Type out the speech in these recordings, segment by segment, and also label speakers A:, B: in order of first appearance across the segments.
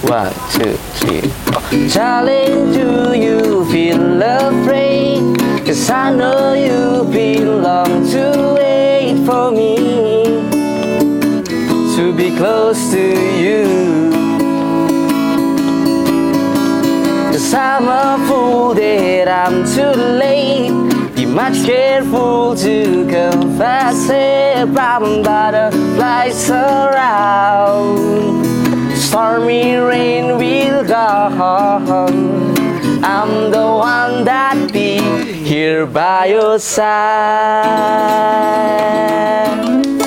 A: 1, 2, 3. Darling, do you feel afraid? 'Cause I know you belong to wait for me to be close to you. 'Cause I'm a fool that I'm too late. Be much careful to confess it. Brown butterflies around. Stormy rain will come. I'm the one that be here by your side.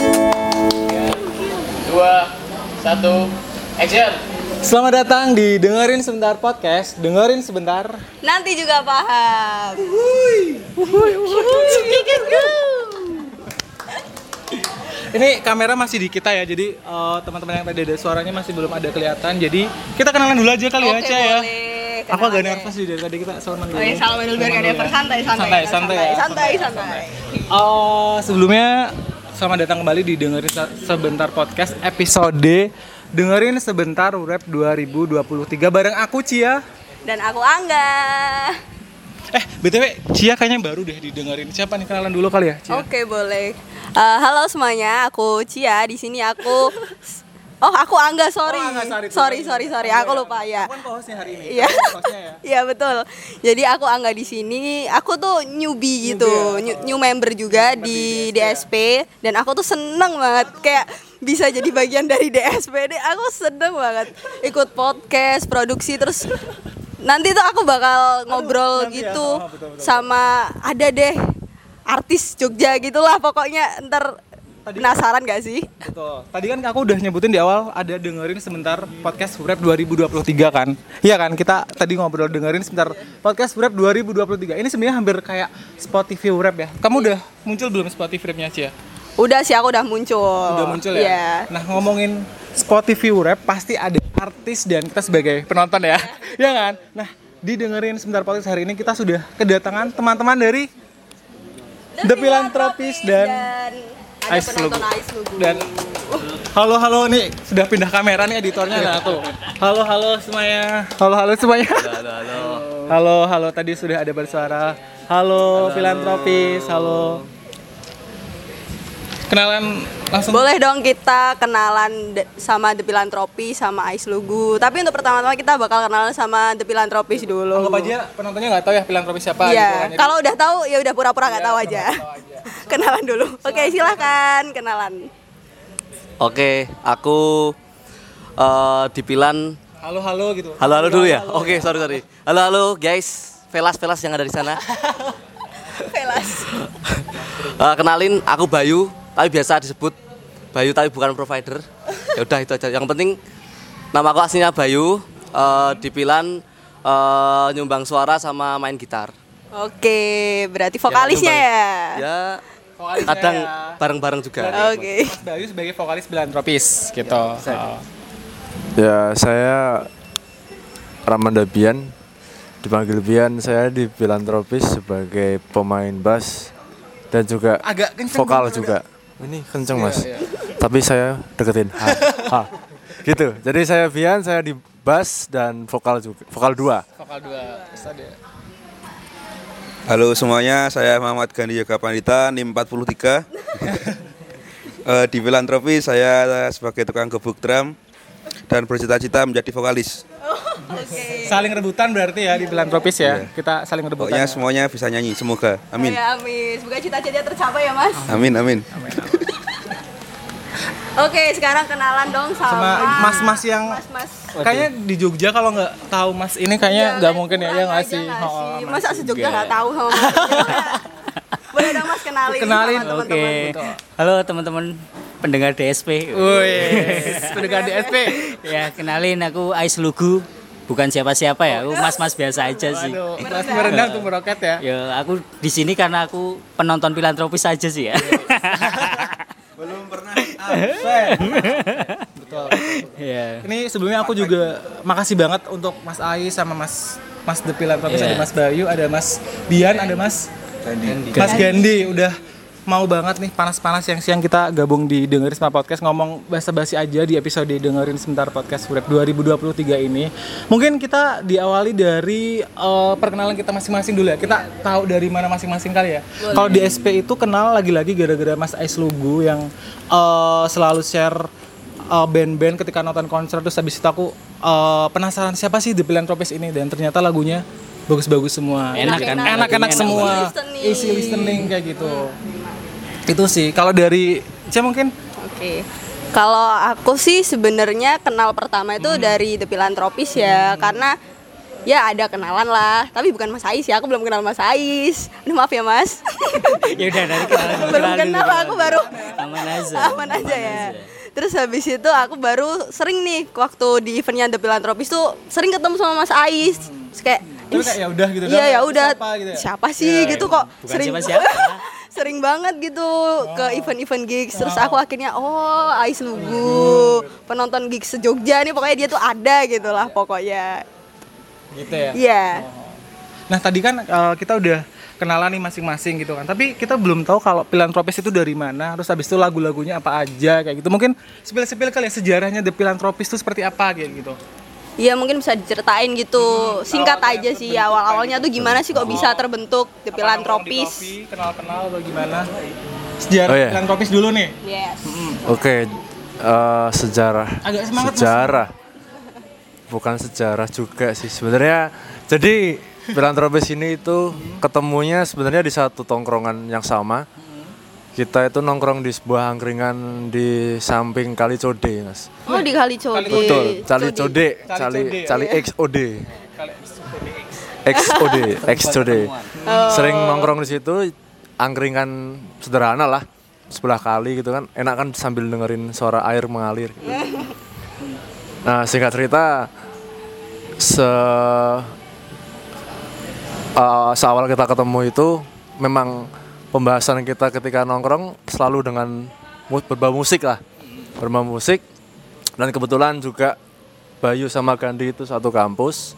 B: 2, 1, action.
C: Selamat datang di Dengerin Sebentar Podcast. Dengerin sebentar.
D: Nanti juga paham.
C: Ini kamera masih di kita ya, jadi teman-teman yang tadi ada suaranya masih belum ada kelihatan. Jadi kita kenalan dulu aja kali ya, Ca ya. Aku agak nervous sih dari tadi kita salaman dulu.
D: Salaman dulu biar gak nervous, santai.
C: Sebelumnya selamat datang kembali di Dengerin Sebentar Podcast episode Dengerin Sebentar Rap 2023 bareng aku Cia
D: dan aku Angga.
C: BTW Cia kayaknya baru deh didengerin. Siapa nih, kenalan dulu kali ya, Cia?
D: Oke, boleh. Halo semuanya, aku Cia. Di sini aku aku Angga, sorry. Sorry. Aku lupa ya.
C: Aku kan co-hostnya hari ini.
D: Iya.
C: Ya.
D: Iya, betul. Jadi aku Angga di sini. Aku tuh newbie gitu, new member juga di DSP dan aku tuh seneng banget kayak bisa jadi bagian dari DSP. Aku seneng banget ikut podcast, produksi, terus nanti tuh aku bakal ngobrol gitu ya. Betul. Sama ada deh artis Jogja gitulah pokoknya, ntar penasaran gak sih?
C: Betul. Tadi kan aku udah nyebutin di awal ada Dengerin Sebentar Podcast Rap 2023 kan. Iya kan, kita tadi ngobrol Dengerin Sebentar Podcast Rap 2023. Ini sebenarnya hampir kayak Spotify Rap ya. Kamu udah muncul belum Spotify Rap-nya, Cia?
D: Udah sih, aku udah muncul.
C: Udah muncul ya?
D: Yeah.
C: Nah, ngomongin Spotify Rap pasti ada artis dan kita sebagai penonton ya. Iya kan? Nah, di Dengerin Sebentar Podcast hari ini kita sudah kedatangan teman-teman dari The Philanthropist dan Ice Lugu. Dan halo nih, sudah pindah kamera nih editornya. Nah, tuh. Halo semuanya. Halo semuanya. Halo, tadi sudah ada bersuara. Halo Philanthropist, halo. Kenalan langsung.
D: Boleh dong kita kenalan sama The Philanthropist sama Ice Lugu. Tapi untuk pertama-tama kita bakal kenalan sama The Philanthropist dulu.
C: Anggap aja penontonnya nggak tahu ya Philanthropist siapa.
D: Iya.
C: Gitu kan.
D: Kalau udah tahu ya udah pura-pura nggak tahu aja. Kenalan dulu. Oke, silakan kenalan.
A: Oke, aku dipilan.
C: Halo gitu.
A: Halo dulu ya. Oke, sorry. Halo guys, Velas yang ada di sana.
D: Velas.
A: Kenalin, aku Bayu, tapi biasa disebut Bayu tapi bukan provider. Ya udah itu aja. Yang penting nama aku aslinya Bayu, dipilan nyumbang suara sama main gitar.
D: Oke, berarti vokalisnya ya.
A: Ya,
C: Vokalisnya
A: kadang
C: ya.
A: bareng-bareng juga.
D: Oke.
C: Mas Bayu sebagai vokalis Philanthropist gitu.
E: Ya, saya Ramanda Bian. Dipanggil Bian, saya di Philanthropist sebagai pemain bass dan juga
C: Agak kenceng
E: vokal
C: banget,
E: juga. Ini kenceng, Mas.
C: Iya.
E: Tapi saya deketin. Gitu. Jadi saya Bian, saya di bass dan vokal juga. Vokal 2.
C: Vokal 2.
F: Halo semuanya, saya Muhammad Gandhi Yoga Pandita, NIM 43. Di Philanthropy saya sebagai tukang gebuk drum dan bercita-cita menjadi vokalis.
D: Oke.
C: Saling rebutan berarti ya di Philanthropist ya.
F: Iya.
C: Kita saling rebutan.
F: Pokoknya
C: ya.
F: semuanya bisa nyanyi, semoga. Amin.
D: Ya, amin. Semoga cita-citanya tercapai ya, Mas.
F: Amin.
D: Oke, sekarang kenalan dong sama
C: mas-mas yang
D: mas-mas.
C: kayaknya di Jogja kalau nggak tahu Mas ini kayaknya nggak mungkin ya nggak sih.
D: Masa se-Jogja nggak tahu sama Mas? Boleh dong Mas kenalin sama teman-teman.
G: Oke. Halo teman-teman pendengar DSP.
C: Pendengar DSP.
G: Ya, kenalin aku Ice Lugu. Bukan siapa-siapa ya, aku mas-mas biasa aja sih.
C: Aduh, Mas merendah tuh meroket ya.
G: Ya, aku di sini karena aku penonton Philanthropist aja sih ya.
F: Belum pernah.
C: Betul.
G: Ya.
C: Ini sebelumnya aku juga makasih banget untuk Mas Ais sama Mas The Philanthropist, ada Mas Bayu, ada Mas Bian, ada Mas Gandhi udah mau banget nih panas-panas siang-siang kita gabung di Dengerin Sebentar Podcast, ngomong basa-basi aja di episode Dengerin Sebentar Podcast Urep 2023 ini. Mungkin kita diawali dari perkenalan kita masing-masing dulu ya. Kita tahu dari mana masing-masing kali ya. Kalau di SP itu kenal lagi-lagi gara-gara Mas Ais Lugu yang selalu share band-band ketika nonton konser. Terus habis itu aku penasaran siapa sih The Philanthropist ini, dan ternyata lagunya bagus-bagus semua, enak-enak semua, easy listening kayak gitu. Itu sih kalau dari Cia mungkin.
D: Oke. Kalau aku sih sebenarnya kenal pertama itu dari The Philanthropist ya, karena ya ada kenalan lah, tapi bukan Mas Ais ya, aku belum kenal Mas Ais. Maaf ya Mas.
G: Ya udah dari kenalan
D: Belum kenal, aku baru
G: aman aja
D: ya. Terus habis itu aku baru sering nih waktu di eventnya The Philanthropist tuh sering ketemu sama Mas Ais. Terus kayak
C: Terus kayak ya udah gitu.
D: Iya ya udah.
C: Siapa, gitu ya?
D: Siapa sih gitu kok
G: bukan
D: sering
G: siapa-siapa.
D: sering banget gitu ke event-event gigs. Terus aku akhirnya Ais Lugu, penonton gigs se-Jogja nih, pokoknya dia tuh ada gitu lah pokoknya.
C: Gitu ya.
D: Iya.
C: Nah tadi kan kita udah kenalan nih masing-masing gitu kan. Tapi kita belum tahu kalau Philanthropist itu dari mana. Terus habis itu lagu-lagunya apa aja kayak gitu. Mungkin sepil-sepil kali ya sejarahnya The Philanthropist itu seperti apa kayak gitu.
D: Iya mungkin bisa diceritain gitu, singkat aja sih awal-awalnya tuh gimana sih kok bisa terbentuk The Philanthropist.
C: Kenal-kenal atau gimana? Sejarah Philanthropist dulu nih.
D: Yes.
E: Oke, sejarah.
C: Agak semangat, Mas.
E: Sejarah. Bukan sejarah juga sih sebenarnya. Jadi Philanthropist ini itu ketemunya sebenarnya di satu tongkrongan yang sama. Kita itu nongkrong di sebuah angkringan di samping Kali Code, Mas.
D: Oh di Kali Code.
E: Betul, Kali Code, Kali XOD. XOD. Sering nongkrong di situ, angkringan sederhana lah, sebelah kali gitu kan. Enak kan sambil dengerin suara air mengalir gitu. Nah, singkat cerita seawal kita ketemu itu memang pembahasan kita ketika nongkrong selalu dengan berbau musik lah, berbau musik. Dan kebetulan juga Bayu sama Gandhi itu satu kampus.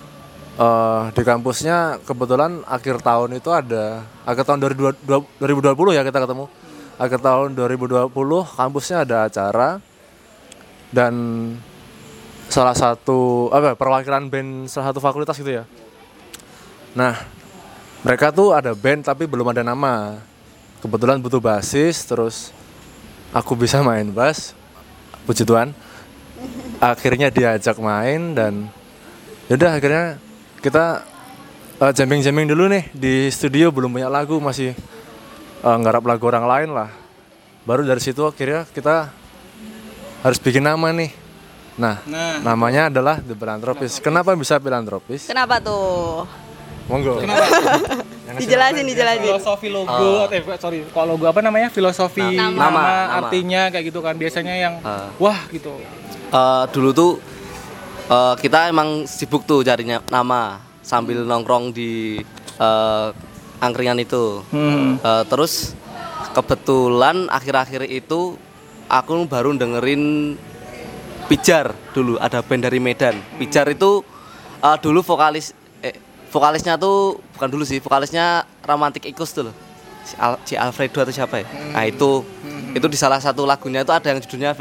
E: Di kampusnya kebetulan akhir tahun itu ada, akhir tahun 2020 ya kita ketemu. Akhir tahun 2020 kampusnya ada acara dan salah satu perwakilan band salah satu fakultas gitu ya. Nah, mereka tuh ada band tapi belum ada nama. Kebetulan butuh basis, terus aku bisa main bass, puji Tuhan. Akhirnya diajak main dan yaudah akhirnya kita jamming dulu nih di studio, belum punya lagu, masih nggarap lagu orang lain lah. Baru dari situ akhirnya kita harus bikin nama nih. Nah, namanya adalah The Philanthropist. Kenapa bisa Philanthropist?
D: Kenapa tuh?
E: Monggo.
D: Dijelasin.
C: Filosofi logo, kalau logo apa namanya? Filosofi nama, artinya kayak gitu kan. Biasanya yang wah gitu.
A: Dulu tuh kita emang sibuk tuh carinya nama sambil nongkrong di angkringan itu. Terus kebetulan akhir-akhir itu aku baru dengerin Pijar dulu, ada band dari Medan. Pijar itu dulu vokalisnya tuh bukan dulu sih, vokalisnya Romantic Echoes tuh loh. Si Alfredo atau siapa ya? Nah itu di salah satu lagunya itu ada yang judulnya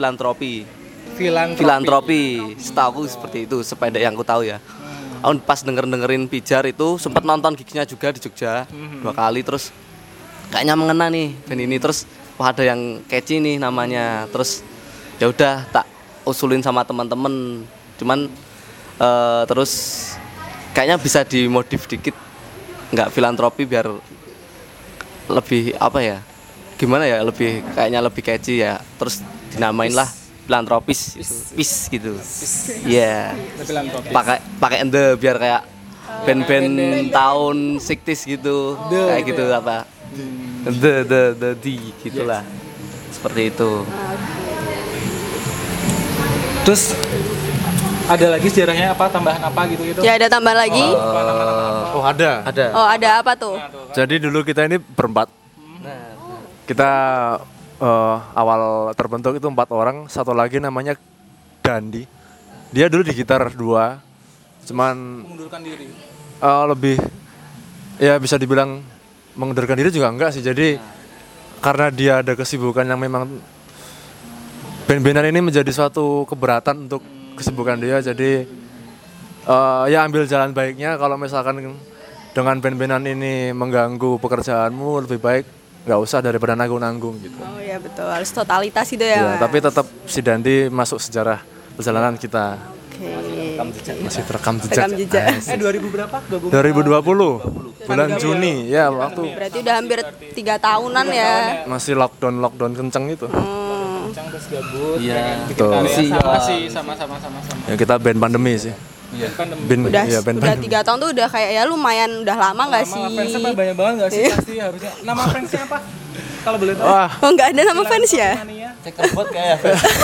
A: Filantropi. Setahu seperti itu, sependek yang aku tahu ya. Aku pas dengerin Pijar itu sempat nonton gigsnya juga di Jogja 2 kali, terus kayaknya mengena nih band ini, terus wah ada yang catchy nih namanya. Terus ya udah tak usulin sama teman-teman. Cuman terus kayaknya bisa dimodif dikit, nggak filantropi biar lebih gimana ya, kayaknya lebih catchy ya. Terus dinamain lah Philanthropist, Peace gitu. Iya. Pakai the biar kayak band-band tahun 60s gitu, kayak gitu apa. The gitulah. Seperti itu.
C: Terus ada lagi sejarahnya apa, tambahan apa gitu?
D: Ya ada tambahan lagi.
E: Oh ada.
D: Oh ada apa tuh?
E: Jadi dulu kita ini berempat. Kita awal terbentuk itu 4 orang. Satu lagi namanya Gandhi. Dia dulu di gitar 2. Cuman
C: Mengundurkan diri.
E: Lebih ya bisa dibilang mengundurkan diri juga enggak sih. Jadi karena dia ada kesibukan yang memang band-bandan ini menjadi suatu keberatan untuk kesibukan dia, jadi ya ambil jalan baiknya. Kalau misalkan dengan band-bandan ini mengganggu pekerjaanmu, lebih baik nggak usah daripada nanggung-nanggung gitu.
D: Oh ya betul, harus totalitas itu ya,
E: Ya,
D: Mas.
E: tapi tetap si Dandi masuk sejarah perjalanan kita.
D: Oke.
E: Masih terekam jejak.
D: Rekam jejak.
C: 2000 berapa gabung?
E: 2020 bulan Juni ya, waktu
D: Berarti udah hampir 3 tahunan ya.
E: masih lockdown kenceng itu.
C: Kencang terus gabut.
A: Iya.
C: Bikin
E: Betul.
C: karya sama sih, sama.
E: Ya kita band pandemi sih. Band,
D: Udah
E: ya, band
D: udah
E: pandemi.
D: 3 tahun tuh udah kayak ya lumayan udah lama nggak sih?
C: Nama fansnya Pak, banyak banget nggak sih? Pasti harusnya. Nama fansnya apa? Kalau boleh tahu.
E: Wah,
D: Oh nggak ada nama fans ya?
C: Mania.
A: Cekebot kayak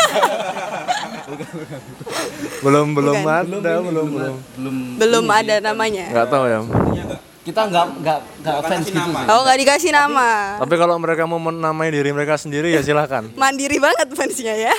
E: belum
D: Bukan.
E: ada, belum.
D: Belum ada namanya.
E: Nggak tahu ya.
A: kita nggak fans gitu sih.
D: Oh nggak dikasih nama.
E: Tapi kalau mereka mau menamai diri mereka sendiri ya silahkan.
D: Mandiri banget fansnya ya.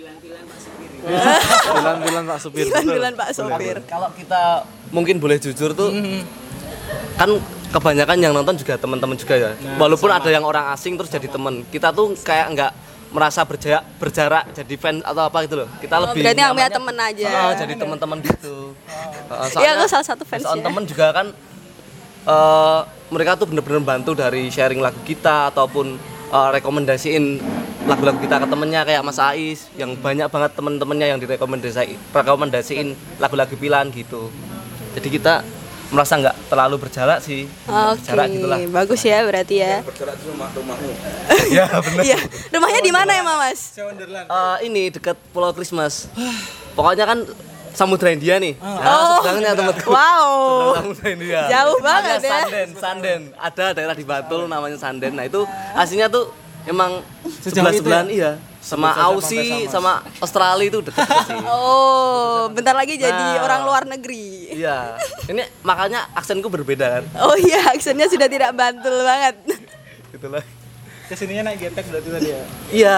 E: Bilang Pak Supir. betul.
D: Bilan Pak Sopir.
A: Kalau kita mungkin boleh jujur tuh, kan kebanyakan yang nonton juga teman-teman juga ya. Walaupun ada yang orang asing terus jadi teman, kita tuh kayak nggak merasa berjarak jadi fan atau apa gitu loh. Kita lebih
D: berarti anggapnya
A: namanya-
D: temen aja.
A: Jadi teman-teman gitu.
D: Iya aku salah satu fans
A: soal
D: ya.
A: temen juga kan mereka tuh bener-bener bantu dari sharing lagu kita ataupun rekomendasiin lagu-lagu kita ke temennya, kayak Mas Ais yang banyak banget temen-temennya yang rekomendasiin lagu-lagu pilihan gitu. Jadi kita merasa nggak terlalu berjarak sih.
D: Oke,
A: Berjarak gitulah.
D: bagus ya berarti ya.
F: Bergerak di rumahmu.
A: Ya benar.
D: Iya, rumahnya di mana emang Mas?
A: Ini dekat Pulau Christmas. Pokoknya kan Samudra India nih. Nah, seberangnya temanku.
D: Wow,
A: Samudra India.
D: Jauh banget
A: Namanya
D: ya.
A: Sanden. Ada daerah di Bantul namanya Sanden. Nah, itu aslinya tuh emang sebelah-sebelahan iya. Sama Aussie, sama Australia itu deket sih.
D: Oh, bentar lagi jadi
A: Nah.
D: orang luar negeri.
A: Iya. Ini makanya aksenku berbeda kan.
D: Oh iya, aksennya sudah tidak Bantul banget.
A: Gitulah.
C: Kesininya naik getek berarti tadi ya.
A: Iya.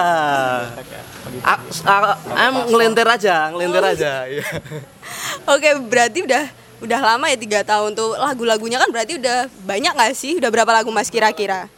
A: Ngelintir aja. Iya.
D: Oke, berarti udah lama ya 3 tahun tuh. Lagu-lagunya kan berarti udah banyak nggak sih? Udah berapa lagu Mas kira-kira?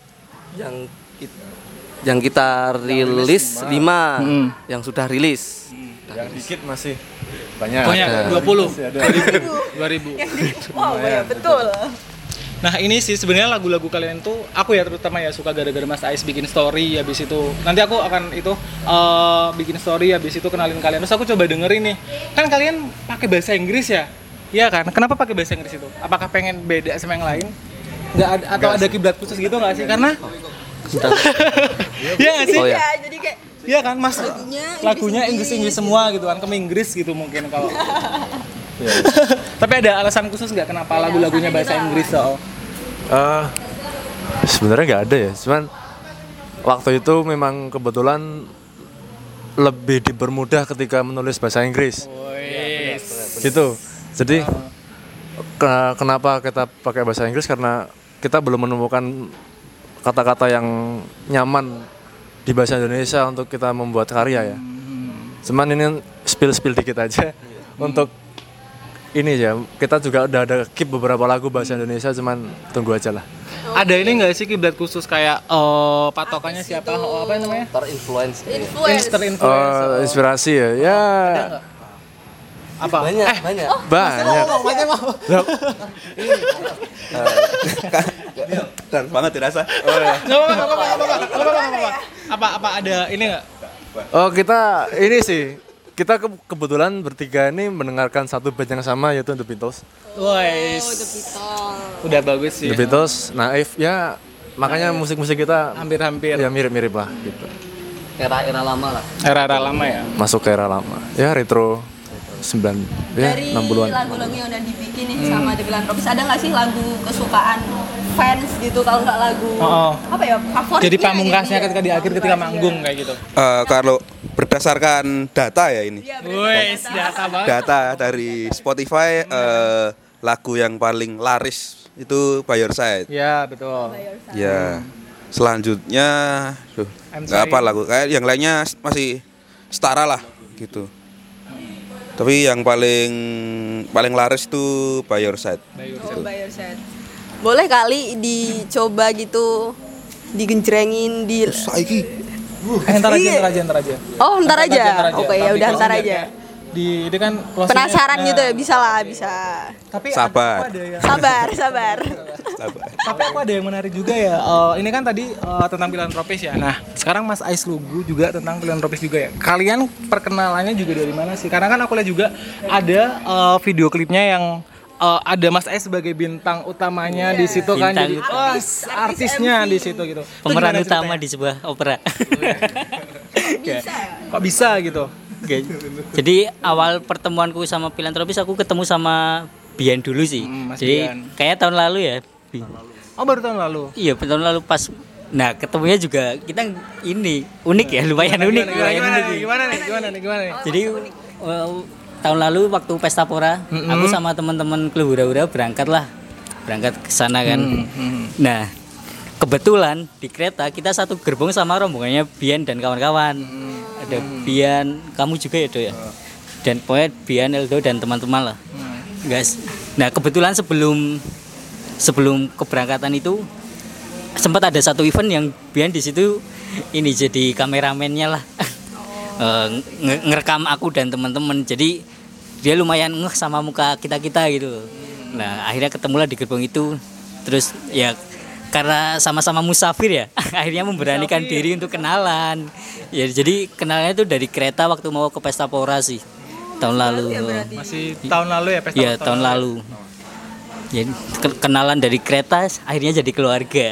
A: Yang kita rilis 5, yang sudah rilis.
E: Yang dikit masih banyak.
C: Banyak, 20. 2000.
D: Wow, ya betul.
C: Nah ini sih sebenarnya lagu-lagu kalian tuh aku ya terutama ya suka gara-gara Mas Ais bikin story, habis itu nanti aku akan itu bikin story, habis itu kenalin kalian, terus aku coba dengerin nih, kan kalian pakai bahasa Inggris ya, iya kan? Kenapa pakai bahasa Inggris itu? Apakah pengen beda sama yang lain? Nggak ada, atau ada kiblat khusus gitu nggak sih? Karena iya nggak sih?
A: Oh, ya.
D: Iya, jadi kayak
C: Iya kan Mas,
D: Lagunya
C: lagunya Inggris semua gitu kan, ke Inggris gitu mungkin kalau. Tapi ada alasan khusus nggak kenapa lagu-lagunya bahasa Inggris soal?
E: Sebenarnya nggak ada ya, cuman waktu itu memang kebetulan lebih dipermudah ketika menulis bahasa Inggris. Gitu. Jadi kenapa kita pakai bahasa Inggris, karena kita belum menemukan kata-kata yang nyaman di bahasa Indonesia untuk kita membuat karya ya. Cuman ini spill dikit aja untuk ini ya, kita juga udah ada keep beberapa lagu bahasa Indonesia, cuman tunggu aja lah.
C: Ada ini nggak sih kiblat khusus kayak patokannya siapa? Apa namanya?
A: Terinfluence.
C: Influencer.
E: Inspirasi ya, ya
C: Apa?
A: Banyak.
E: banyak.
F: Dan banget dirasa.
C: Nggak apa-apa. Apa ada ini nggak?
E: Oh kita ini sih, kita kebetulan bertiga ini mendengarkan satu band yang sama, yaitu The Beatles.
C: Woi,
D: The Beatles.
C: udah bagus sih.
E: The Beatles, Naif ya, makanya musik-musik kita
C: Hampir-hampir.
E: ya mirip-mirip lah gitu.
A: Era-era lama lah.
C: Era-era lama ya.
E: Masuk ke era lama, ya retro 9 ya
D: Dari
E: 60-an.
D: lagu-lagu yang udah dibikin nih sama The Philanthropist, ada nggak sih lagu kesukaan fans gitu, kalau nggak lagu apa ya favorit?
C: Jadi pamungkasnya ketika di akhir ketika manggung kayak gitu.
F: Kalau berdasarkan data ya ini.
C: Woi, data banget.
F: Data dari Spotify, lagu yang paling laris itu By Your Side.
C: Ya betul.
F: Ya. Selanjutnya
C: I'm
F: nggak
C: Sorry.
F: apa lagu kayak yang lainnya masih setara lah gitu. Tapi yang paling laris itu By Your Side.
D: By Your Side. Boleh kali dicoba gitu digenjrengin di
C: Ntar
D: Iya.
C: aja.
D: Oh, ntar aja. Oke, ya udah ntar aja.
C: Di ini kan closing-nya-
D: Penasaran gitu ya,
C: Nah,
D: bisa lah, bisa.
C: Tapi
F: Sabar.
C: aku ada yang
D: Sabar.
C: Tapi aku ada yang menarik juga ya. Ini kan tadi tentang filantropis ya. Nah, sekarang Mas Ais Lugu juga tentang filantropis juga ya. Kalian perkenalannya juga dari mana sih? Karena kan aku lihat juga ada video klipnya yang ada Mas Ais sebagai bintang utamanya di situ kan.
G: Bintang
C: Jadi
G: utama.
C: artisnya
D: MC.
C: di situ gitu. Itu
G: Pemeran
C: gimana
G: utama
C: ceritanya?
G: di sebuah opera.
C: Kok bisa gitu?
G: Oke. Jadi awal pertemuanku sama filantropis aku ketemu sama Bian dulu sih.
C: Mas
G: Jadi
C: Bian.
G: kayak tahun lalu ya.
C: Oh, baru tahun lalu.
G: Iya, tahun lalu pas. Nah, ketemunya juga kita ini unik ya, lumayan unik.
C: Gimana nih?
G: Jadi tahun lalu waktu pesta pora, aku sama teman-teman klub hura-hura berangkat ke sana kan. Nah, kebetulan di kereta kita satu gerbong sama rombongannya Bian dan kawan-kawan. Ada Bian, kamu juga ya Do ya. Dan pokoknya Bian, Eldo dan teman-teman lah. Guys. Nah, kebetulan sebelum keberangkatan itu sempat ada satu event yang Bian di situ ini jadi kameramennya lah. Ngerekam aku dan teman-teman. Jadi dia lumayan ngeh sama muka kita gitu. Nah, akhirnya ketemulah di gerbong itu. Terus ya karena sama-sama musafir ya, akhirnya memberanikan diri untuk kenalan. Ya jadi kenalannya itu dari kereta waktu mau ke pesta pora sih tahun lalu.
C: Masih tahun lalu ya pesta?
G: Iya, tahun lalu. Jadi kenalan dari kereta akhirnya jadi keluarga.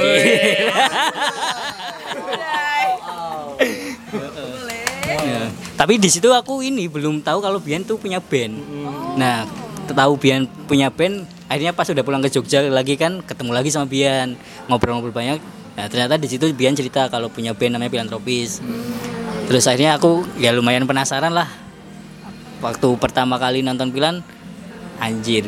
G: Ya. Tapi di situ aku ini belum tahu kalau Bian tuh punya band. Nah, tahu Bian punya band, akhirnya pas udah pulang ke Jogja lagi kan ketemu lagi sama Bian, ngobrol-ngobrol banyak. Nah, ternyata di situ Bian cerita kalau punya band namanya Filantropis. Terus akhirnya aku ya lumayan penasaran lah. Waktu pertama kali nonton Pilan, anjir.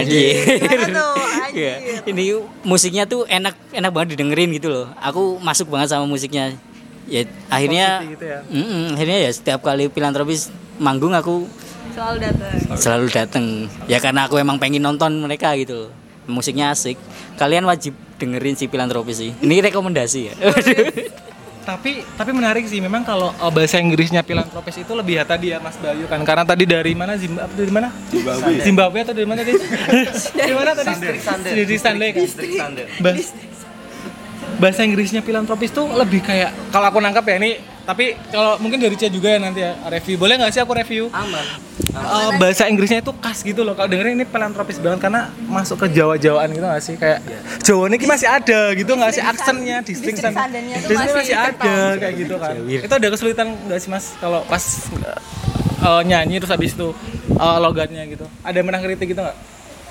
G: Ya, ini musiknya tuh enak banget didengerin gitu loh. Aku masuk banget sama musiknya. Ya akhirnya
C: Gitu ya.
G: akhirnya ya setiap kali Filantropis manggung aku selalu datang. Ya karena aku emang pengen nonton mereka gitu loh. Musiknya asik. Kalian wajib dengerin si Filantropis sih. Ini rekomendasi ya.
C: Tapi menarik sih memang kalau bahasa Inggrisnya filantropis itu lebih ya tadi ya Mas Bayu kan, karena tadi dari mana Zimbabwe atau dari mana tadi? Dari mana tadi? Dari Stanley kan. Bahasa Inggrisnya filantropis tuh lebih kayak kalau aku nangkap ya ini, tapi kalau mungkin dari Cia juga ya nanti ya review. Boleh nggak sih aku review? Aman. Bahasa Inggrisnya itu khas gitu loh. Kalau dengerin ini filantropis banget karena masuk ke Jawa-Jawaan gitu nggak sih? Kayak Jawa ini masih ada gitu nggak sih aksennya, distrik sandannya tuh masih ada kayak gitu kan. Itu ada kesulitan nggak sih Mas kalau pas nyanyi terus habis itu logatnya gitu? Ada yang pernah kritik gitu nggak?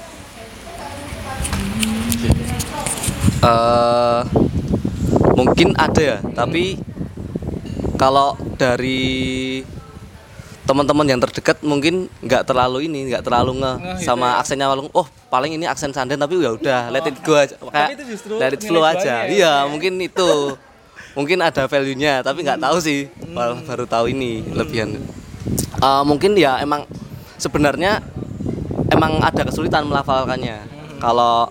A: Mungkin ada ya, tapi kalau dari teman-teman yang terdekat mungkin nggak terlalu nge sama aksennya paling ini aksen Sanden, tapi ya udah let it go aja, kayak let it flow aja. Iya, mungkin itu mungkin ada value-nya, tapi nggak tahu sih, baru tahu ini lebihan. Mungkin ya emang sebenarnya emang ada kesulitan melafalkannya. Kalau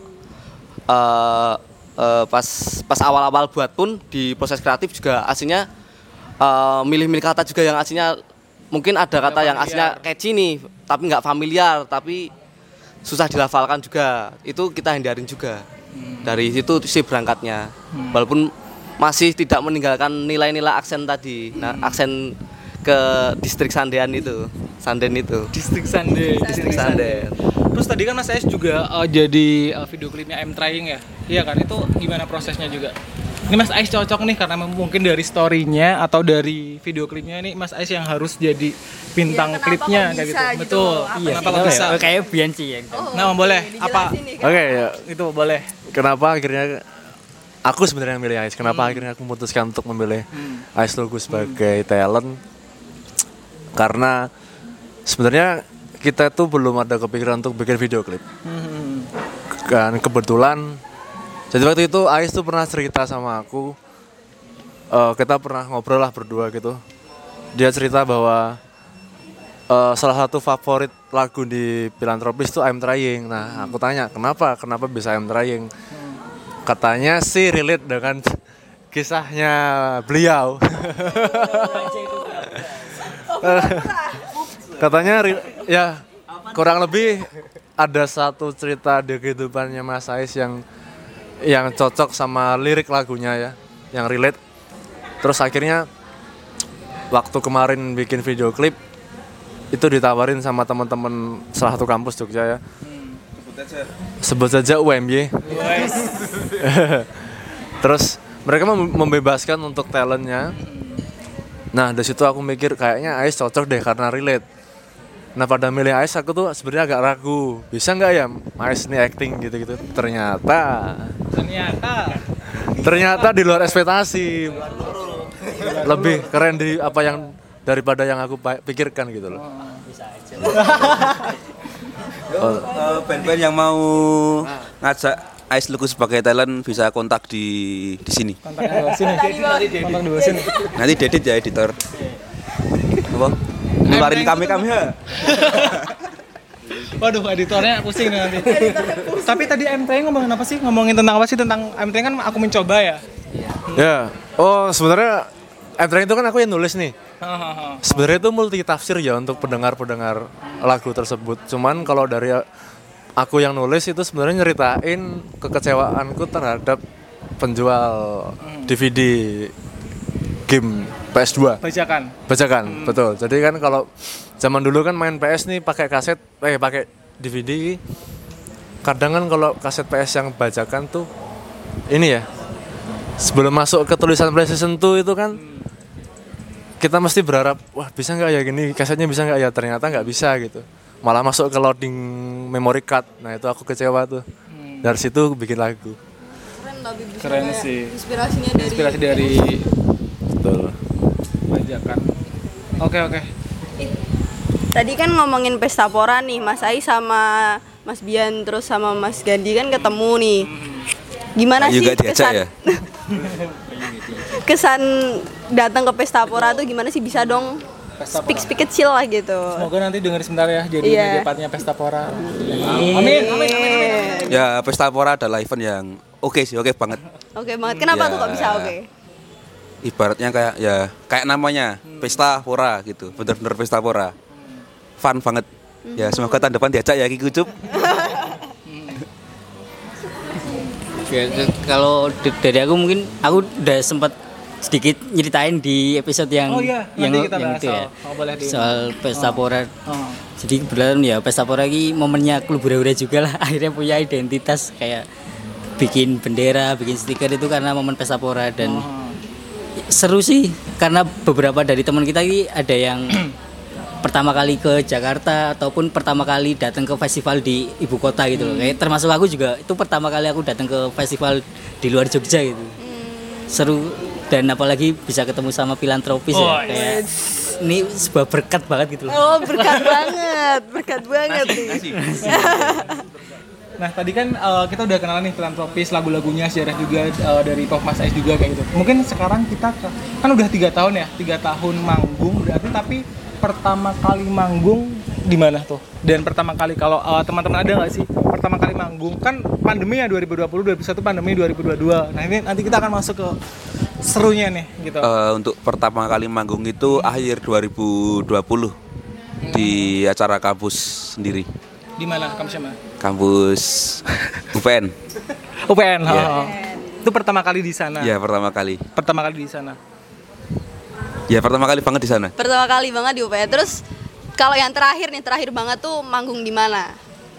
A: pas awal-awal buat pun di proses kreatif juga aslinya milih-milih kata juga yang aslinya mungkin ada kata yang aslinya catchy nih tapi nggak familiar, tapi susah dilafalkan juga, itu kita hindarin juga. Dari situ sih berangkatnya, walaupun masih tidak meninggalkan nilai-nilai aksen tadi. Nah, aksen ke distrik Sanden itu. Distrik Sanden.
C: Terus tadi kan Mas Ais juga jadi video klipnya I'm Trying ya? Iya kan, itu gimana prosesnya juga? Ini Mas Ais cocok nih karena mungkin dari story-nya atau dari video klipnya ini Mas Ais yang harus jadi bintang klipnya kayak gitu. Betul. Iya. Kenapa kok bisa?
G: Kayak Bian sih ya.
C: Nah, boleh apa?
E: Oke, ya.
C: Itu boleh.
E: Kenapa akhirnya aku sebenarnya milih Ais? Kenapa akhirnya aku memutuskan untuk memilih Ais Lugu sebagai talent? Karena sebenarnya kita tuh belum ada kepikiran untuk bikin video klip. Dan kebetulan jadi waktu itu Ais tuh pernah cerita sama aku, kita pernah ngobrol lah berdua gitu. Dia cerita bahwa salah satu favorit lagu di Filantropis tuh I'm Trying. Nah, aku tanya kenapa bisa I'm Trying? Katanya sih relate dengan kisahnya beliau. Katanya ya kurang lebih ada satu cerita di kehidupannya Mas Ais yang cocok sama lirik lagunya ya, yang relate. Terus akhirnya waktu kemarin bikin video klip itu ditawarin sama teman-teman salah satu kampus Jogja ya. Sebut saja UMY. Terus mereka membebaskan untuk talentnya. Nah dari situ aku mikir kayaknya Ais cocok deh karena relate. Nah pada milih Ais aku tuh sebenarnya agak ragu, bisa nggak ya Ais nih acting gitu-gitu. Ternyata di luar ekspektasi, lebih keren daripada yang aku pikirkan gitu loh.
F: Band-band yang mau ngajak Ais Lugu sebagai talent bisa kontak di sini.
C: Kontak di bawah sini.
F: Nanti diedit ya editor. Apa? Ngeluarin kami ya.
C: Waduh, editornya pusing nih nanti. Tapi tadi MT ngomongin apa sih? Ngomongin tentang apa sih? Tentang MT kan aku mencoba ya.
E: Ya. Oh, sebenarnya MT itu kan aku yang nulis nih. Sebenarnya itu multi tafsir ya untuk pendengar-pendengar lagu tersebut. Cuman kalau dari aku yang nulis itu sebenarnya nyeritain kekecewaanku terhadap penjual DVD game PS2. Bajakan, betul. Jadi kan kalau zaman dulu kan main PS nih pakai DVD. Kadang kan kalau kaset PS yang bajakan tuh ini ya. Sebelum masuk ke tulisan PlayStation 2 itu kan kita mesti berharap, wah bisa nggak ya gini, kasetnya bisa nggak ya, ternyata nggak bisa gitu. Malah masuk ke loading memory card, nah itu aku kecewa tuh. Dari situ bikin lagu.
C: Keren sih.
D: Inspirasi
C: dari
E: Betul.
C: bajakan. Oke.
D: Tadi kan ngomongin pesta pora nih, Mas Ais sama Mas Bian terus sama Mas Gandhi kan ketemu nih. Gimana sih kesan? Kesan datang ke pesta pora tuh gimana sih, bisa dong speak kecil lah gitu.
C: Semoga nanti denger sebentar ya jadi media partnya pesta pora. Amin.
F: Ya pesta pora adalah event yang oke banget.
D: Oke banget. Kenapa
F: Ya.
D: tuh kok bisa oke?
F: Ibaratnya kayak namanya pesta pora gitu, bener-bener pesta pora, fun banget. Ya semoga tahun depan diajak ya Ki Kucup.
G: Kalau dari aku mungkin aku udah sempat sedikit nyeritain di episode yang itu ya, soal pesta pora. Jadi kebetulan ya pesta pora ini momennya klub hura-hura juga lah. Akhirnya punya identitas kayak bikin bendera, bikin stiker itu karena momen pesta pora. Dan seru sih karena beberapa dari teman kita ini ada yang pertama kali ke Jakarta ataupun pertama kali datang ke festival di ibu kota gitu loh. Kayak termasuk aku juga itu pertama kali aku datang ke festival di luar Jogja gitu. Seru dan apalagi bisa ketemu sama filantropis ya. Kayak ini sebuah berkat banget gitu loh.
D: Oh, berkat banget nih.
C: Nah tadi kan kita udah kenalan nih filantropis, lagu-lagunya, sejarah juga dari Pop Mas Ais juga kayak gitu. Mungkin sekarang kita kan udah 3 tahun ya, 3 tahun manggung berarti, tapi pertama kali manggung di mana tuh? Dan pertama kali kalau teman-teman ada nggak sih pertama kali manggung? Kan pandemi ya 2020, 2021 pandemi 2022. Nah ini nanti kita akan masuk ke serunya nih gitu.
F: Untuk pertama kali manggung itu akhir 2020 di acara kampus sendiri.
C: Di mana kampusnya mana?
F: Kampus UPN.
C: UPN.
F: Yeah.
C: Itu pertama kali di sana.
F: Ya pertama kali.
C: Pertama kali di sana.
F: Ya pertama kali banget di sana.
D: Pertama kali banget di UPN. Terus kalau yang terakhir banget tuh manggung di mana?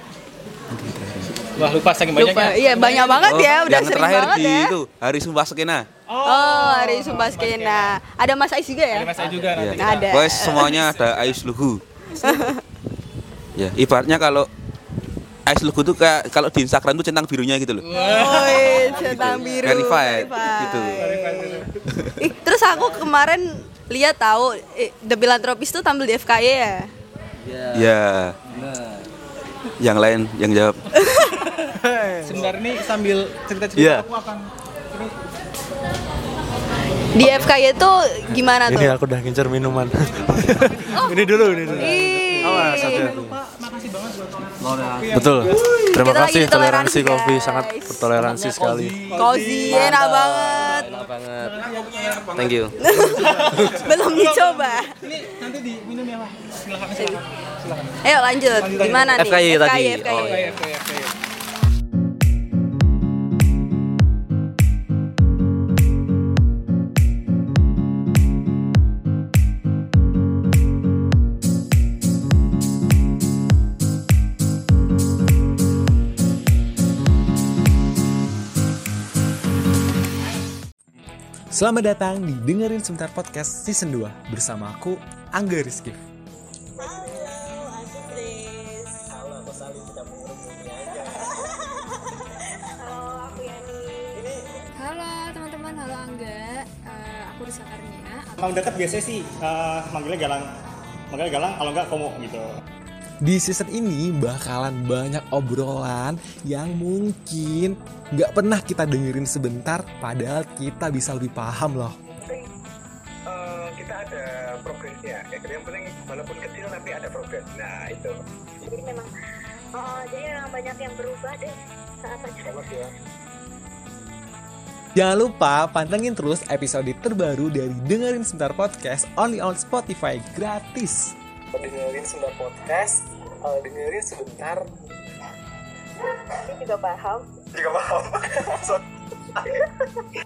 C: Wah lupa saking banyaknya.
D: Iya banyak banget ya, udah sering
F: terakhir
D: banget
F: di
D: ya.
F: itu Hari Sumpah Skena.
D: Hari Sumpah Skena. Ada Mas Ais juga ya?
C: Ada Mas Ais juga nanti.
D: Nah, ada.
F: Guys semuanya ada Ais Lugu. Ya ibaratnya kalau Ais Lugu tuh kayak kalau di Instagram tuh centang birunya gitu loh.
D: Centang biru.
F: Verified gitu.
D: Terus aku kemarin lihat tahu The Philanthropist tuh tampil di FKY ya?
F: Ya. Yang lain yang jawab.
C: Sebentar ini sambil cerita-cerita aku akan
D: di FKY itu gimana tuh?
E: Ini aku udah ngincer minuman. Ini dulu.
D: Ih.
C: Lupa, makasih makasih banget buat kopi yang
E: Betul. Terima
D: Kita
E: kasih
D: lagi toleransi,
E: toleransi kopi
D: guys.
E: sangat bertoleransi sekali.
D: Cozy, enak banget.
A: Enak banget. Thank you.
D: Belum dicoba.
C: Ini nanti diminum ya lah. Silakan.
D: Ayo lanjut. Gimana nih?
A: FKY tadi.
D: FKY.
A: Oh, iya.
C: Oke. Selamat datang di Dengerin Sebentar Podcast Season 2 bersama aku, Angga Rizky.
H: Halo teman-teman, halo Angga. Aku Rizka Karnia.
I: Kalau dekat biasanya sih manggilnya galang, kalau enggak komo gitu.
C: Di season ini bakalan banyak obrolan yang mungkin nggak pernah kita dengerin sebentar, padahal kita bisa lebih paham loh.
J: Kita ada progresnya, yang penting walaupun kecil tapi ada progres. Nah itu. Jadi memang banyak yang berubah deh saat aja.
C: Jangan lupa pantengin terus episode terbaru dari Dengerin Sebentar Podcast only on Spotify gratis.
J: Dengerin sebentar podcast, dengerin sebentar.
D: Ini juga paham.
J: Juga paham.